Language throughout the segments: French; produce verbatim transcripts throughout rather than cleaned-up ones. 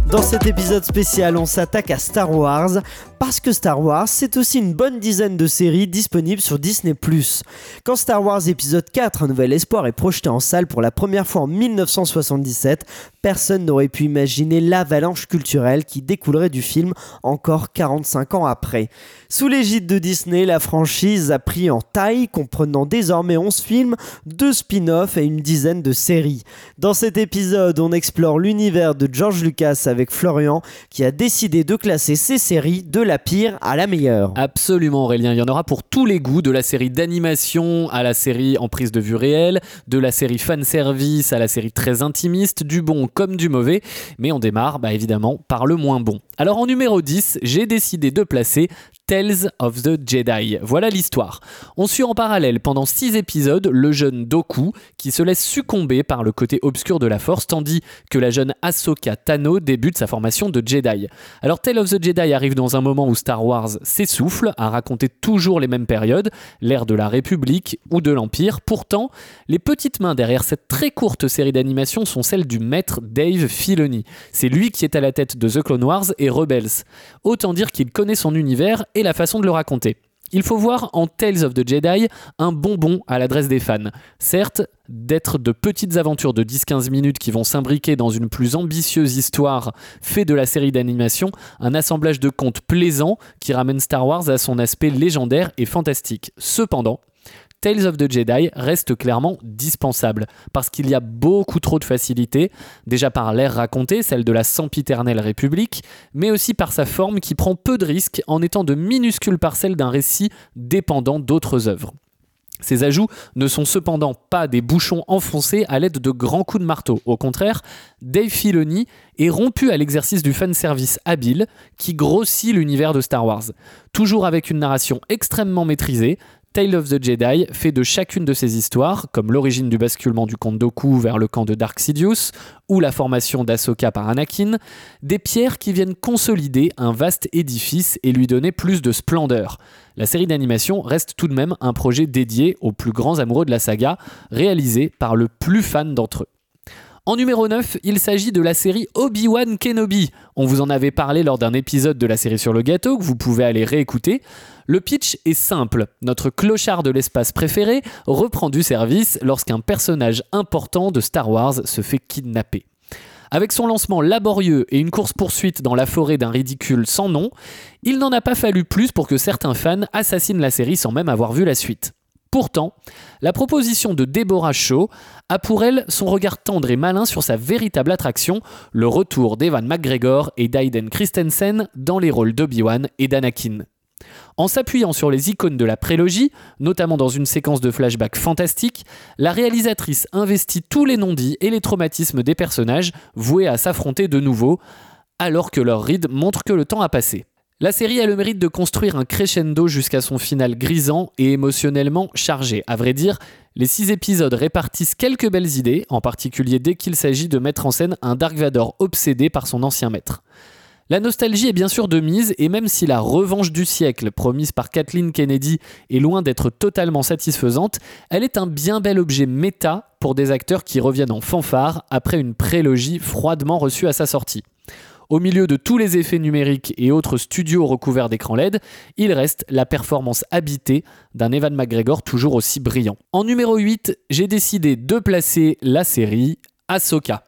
Dans cet épisode spécial, on s'attaque à Star Wars, parce que Star Wars, c'est aussi une bonne dizaine de séries disponibles sur Disney plus. Quand Star Wars épisode quatre, Un Nouvel Espoir, est projeté en salle pour la première fois en dix-neuf cent soixante-dix-sept, personne n'aurait pu imaginer l'avalanche culturelle qui découlerait du film encore quarante-cinq ans après. Sous l'égide de Disney, la franchise a pris en taille, comprenant désormais onze films, deux spin-offs et une dizaine de séries. Dans cet épisode, on explore l'univers de George Lucas avec Florian, qui a décidé de classer ses séries de la pire à la meilleure. Absolument Aurélien, il y en aura pour tous les goûts, de la série d'animation à la série en prise de vue réelle, de la série fanservice à la série très intimiste, du bon comme du mauvais, mais on démarre bah, évidemment par le moins bon. Alors en numéro dix, j'ai décidé de placer Tales of the Jedi. Voilà l'histoire. On suit en parallèle pendant six épisodes le jeune Dooku qui se laisse succomber par le côté obscur de la Force, tandis que la jeune Ahsoka Tano débute sa formation de Jedi. Alors Tales of the Jedi arrive dans un moment où Star Wars s'essouffle à raconter toujours les mêmes périodes, l'ère de la République ou de l'Empire. Pourtant, les petites mains derrière cette très courte série d'animation sont celles du maître Dave Filoni. C'est lui qui est à la tête de The Clone Wars et Rebels. Autant dire qu'il connaît son univers et la façon de le raconter. Il faut voir en Tales of the Jedi un bonbon à l'adresse des fans. Certes, d'être de petites aventures de dix à quinze minutes qui vont s'imbriquer dans une plus ambitieuse histoire fait de la série d'animation un assemblage de contes plaisants qui ramène Star Wars à son aspect légendaire et fantastique. Cependant, Tales of the Jedi reste clairement dispensable parce qu'il y a beaucoup trop de facilité, déjà par l'ère racontée, celle de la sempiternelle République, mais aussi par sa forme qui prend peu de risques en étant de minuscules parcelles d'un récit dépendant d'autres œuvres. Ces ajouts ne sont cependant pas des bouchons enfoncés à l'aide de grands coups de marteau. Au contraire, Dave Filoni est rompu à l'exercice du fanservice habile qui grossit l'univers de Star Wars. Toujours avec une narration extrêmement maîtrisée, Tale of the Jedi fait de chacune de ces histoires, comme l'origine du basculement du comte Dooku vers le camp de Dark Sidious ou la formation d'Ahsoka par Anakin, des pierres qui viennent consolider un vaste édifice et lui donner plus de splendeur. La série d'animation reste tout de même un projet dédié aux plus grands amoureux de la saga, réalisé par le plus fan d'entre eux. En numéro neuf, il s'agit de la série Obi-Wan Kenobi. On vous en avait parlé lors d'un épisode de la série sur le gâteau que vous pouvez aller réécouter. Le pitch est simple. Notre clochard de l'espace préféré reprend du service lorsqu'un personnage important de Star Wars se fait kidnapper. Avec son lancement laborieux et une course-poursuite dans la forêt d'un ridicule sans nom, il n'en a pas fallu plus pour que certains fans assassinent la série sans même avoir vu la suite. Pourtant, la proposition de Deborah Shaw a pour elle son regard tendre et malin sur sa véritable attraction, le retour d'Ewan McGregor et d'Hayden Christensen dans les rôles d'Obi-Wan et d'Anakin. En s'appuyant sur les icônes de la prélogie, notamment dans une séquence de flashback fantastique, la réalisatrice investit tous les non-dits et les traumatismes des personnages voués à s'affronter de nouveau, alors que leur ride montre que le temps a passé. La série a le mérite de construire un crescendo jusqu'à son final grisant et émotionnellement chargé. À vrai dire, les six épisodes répartissent quelques belles idées, en particulier dès qu'il s'agit de mettre en scène un Dark Vador obsédé par son ancien maître. La nostalgie est bien sûr de mise, et même si la revanche du siècle promise par Kathleen Kennedy est loin d'être totalement satisfaisante, elle est un bien bel objet méta pour des acteurs qui reviennent en fanfare après une prélogie froidement reçue à sa sortie. Au milieu de tous les effets numériques et autres studios recouverts d'écran L E D, il reste la performance habitée d'un Ewan McGregor toujours aussi brillant. En numéro huit, j'ai décidé de placer la série Ahsoka.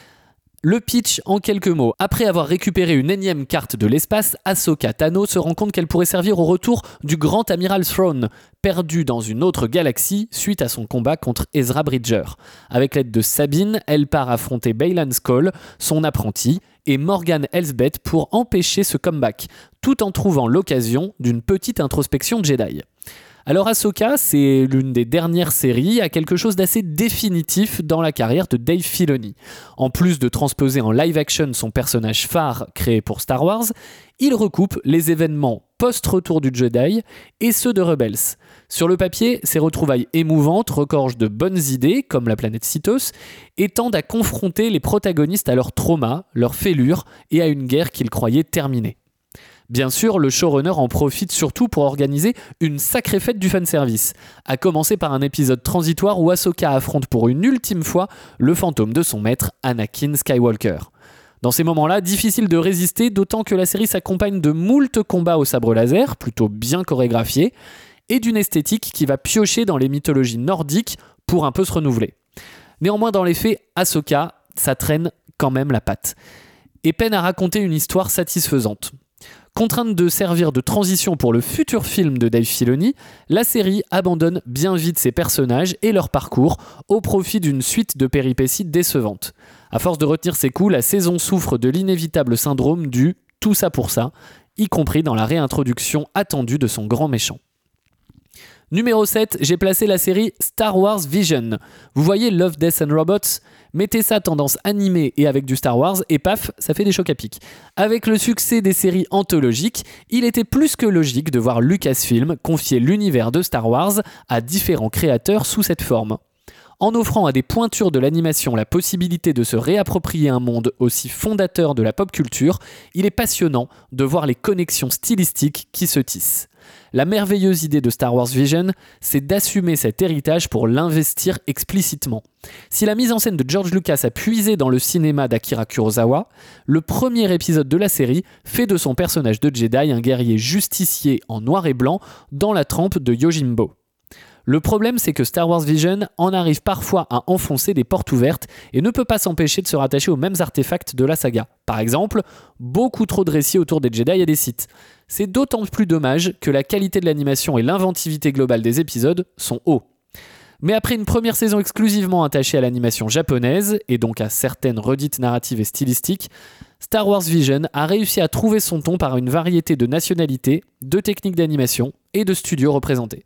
Le pitch en quelques mots. Après avoir récupéré une énième carte de l'espace, Ahsoka Tano se rend compte qu'elle pourrait servir au retour du grand amiral Thrawn, perdu dans une autre galaxie suite à son combat contre Ezra Bridger. Avec l'aide de Sabine, elle part affronter Baylan Skoll, son apprenti, et Morgan Elsbeth pour empêcher ce comeback, tout en trouvant l'occasion d'une petite introspection Jedi. Alors Ahsoka, c'est l'une des dernières séries à quelque chose d'assez définitif dans la carrière de Dave Filoni. En plus de transposer en live-action son personnage phare créé pour Star Wars, il recoupe les événements post-retour du Jedi et ceux de Rebels. Sur le papier, ces retrouvailles émouvantes regorgent de bonnes idées, comme la planète Sithos, et tendent à confronter les protagonistes à leurs traumas, leurs fêlures et à une guerre qu'ils croyaient terminée. Bien sûr, le showrunner en profite surtout pour organiser une sacrée fête du fanservice, à commencer par un épisode transitoire où Ahsoka affronte pour une ultime fois le fantôme de son maître, Anakin Skywalker. Dans ces moments-là, difficile de résister, d'autant que la série s'accompagne de moult combats au sabre laser, plutôt bien chorégraphiés, et d'une esthétique qui va piocher dans les mythologies nordiques pour un peu se renouveler. Néanmoins, dans les faits, Ahsoka, ça traîne quand même la patte, et peine à raconter une histoire satisfaisante. Contrainte de servir de transition pour le futur film de Dave Filoni, la série abandonne bien vite ses personnages et leur parcours au profit d'une suite de péripéties décevantes. À force de retenir ses coups, la saison souffre de l'inévitable syndrome du « tout ça pour ça », y compris dans la réintroduction attendue de son grand méchant. Numéro sept, j'ai placé la série Star Wars Vision. Vous voyez Love, Death and Robots ? Mettez ça tendance animée et avec du Star Wars, et paf, ça fait des chocs à pic. Avec le succès des séries anthologiques, il était plus que logique de voir Lucasfilm confier l'univers de Star Wars à différents créateurs sous cette forme. En offrant à des pointures de l'animation la possibilité de se réapproprier un monde aussi fondateur de la pop culture, il est passionnant de voir les connexions stylistiques qui se tissent. La merveilleuse idée de Star Wars Vision, c'est d'assumer cet héritage pour l'investir explicitement. Si la mise en scène de George Lucas a puisé dans le cinéma d'Akira Kurosawa, le premier épisode de la série fait de son personnage de Jedi un guerrier justicier en noir et blanc dans la trempe de Yojimbo. Le problème, c'est que Star Wars Vision en arrive parfois à enfoncer des portes ouvertes et ne peut pas s'empêcher de se rattacher aux mêmes artefacts de la saga. Par exemple, beaucoup trop de récits autour des Jedi et des Sith. C'est d'autant plus dommage que la qualité de l'animation et l'inventivité globale des épisodes sont hauts. Mais après une première saison exclusivement attachée à l'animation japonaise, et donc à certaines redites narratives et stylistiques, Star Wars Vision a réussi à trouver son ton par une variété de nationalités, de techniques d'animation et de studios représentés.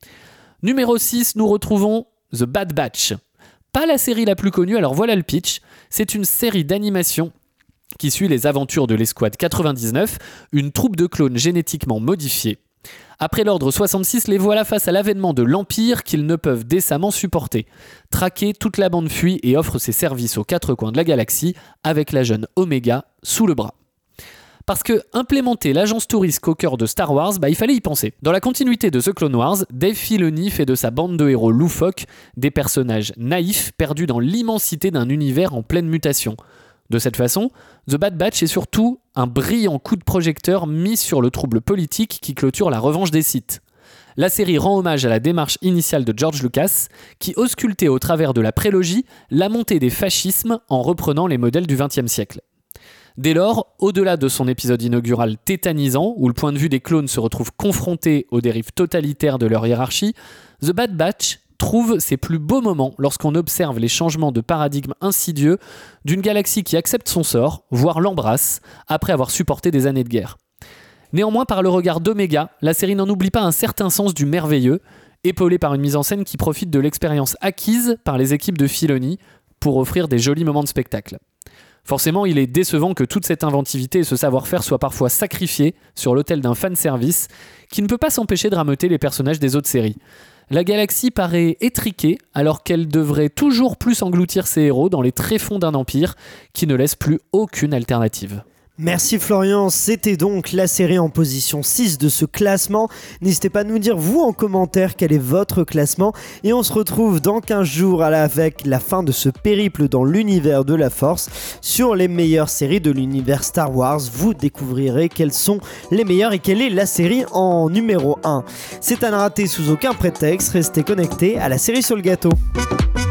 Numéro six, nous retrouvons The Bad Batch. Pas la série la plus connue, alors voilà le pitch. C'est une série d'animation qui suit les aventures de l'escouade quatre-vingt-dix-neuf, une troupe de clones génétiquement modifiés. Après l'ordre soixante-six, les voilà face à l'avènement de l'Empire qu'ils ne peuvent décemment supporter. Traquer, toute la bande fuit et offre ses services aux quatre coins de la galaxie avec la jeune Omega sous le bras. Parce que implémenter l'agence touriste au cœur de Star Wars, bah, il fallait y penser. Dans la continuité de The Clone Wars, Dave Filoni fait de sa bande de héros loufoques des personnages naïfs perdus dans l'immensité d'un univers en pleine mutation. De cette façon, The Bad Batch est surtout un brillant coup de projecteur mis sur le trouble politique qui clôture la revanche des Sith. La série rend hommage à la démarche initiale de George Lucas, qui auscultait au travers de la prélogie la montée des fascismes en reprenant les modèles du vingtième siècle. Dès lors, au-delà de son épisode inaugural tétanisant, où le point de vue des clones se retrouve confronté aux dérives totalitaires de leur hiérarchie, The Bad Batch trouve ses plus beaux moments lorsqu'on observe les changements de paradigme insidieux d'une galaxie qui accepte son sort, voire l'embrasse, après avoir supporté des années de guerre. Néanmoins, par le regard d'Omega, la série n'en oublie pas un certain sens du merveilleux, épaulé par une mise en scène qui profite de l'expérience acquise par les équipes de Filoni pour offrir des jolis moments de spectacle. Forcément, il est décevant que toute cette inventivité et ce savoir-faire soient parfois sacrifiés sur l'autel d'un fanservice qui ne peut pas s'empêcher de rameuter les personnages des autres séries. La galaxie paraît étriquée alors qu'elle devrait toujours plus engloutir ses héros dans les tréfonds d'un empire qui ne laisse plus aucune alternative. Merci Florian, c'était donc la série en position six de ce classement. N'hésitez pas à nous dire vous en commentaire quel est votre classement et on se retrouve dans quinze jours avec la fin de ce périple dans l'univers de la Force sur les meilleures séries de l'univers Star Wars. Vous découvrirez quelles sont les meilleures et quelle est la série en numéro un. C'est à ne rater sous aucun prétexte, restez connectés à la série sur le gâteau.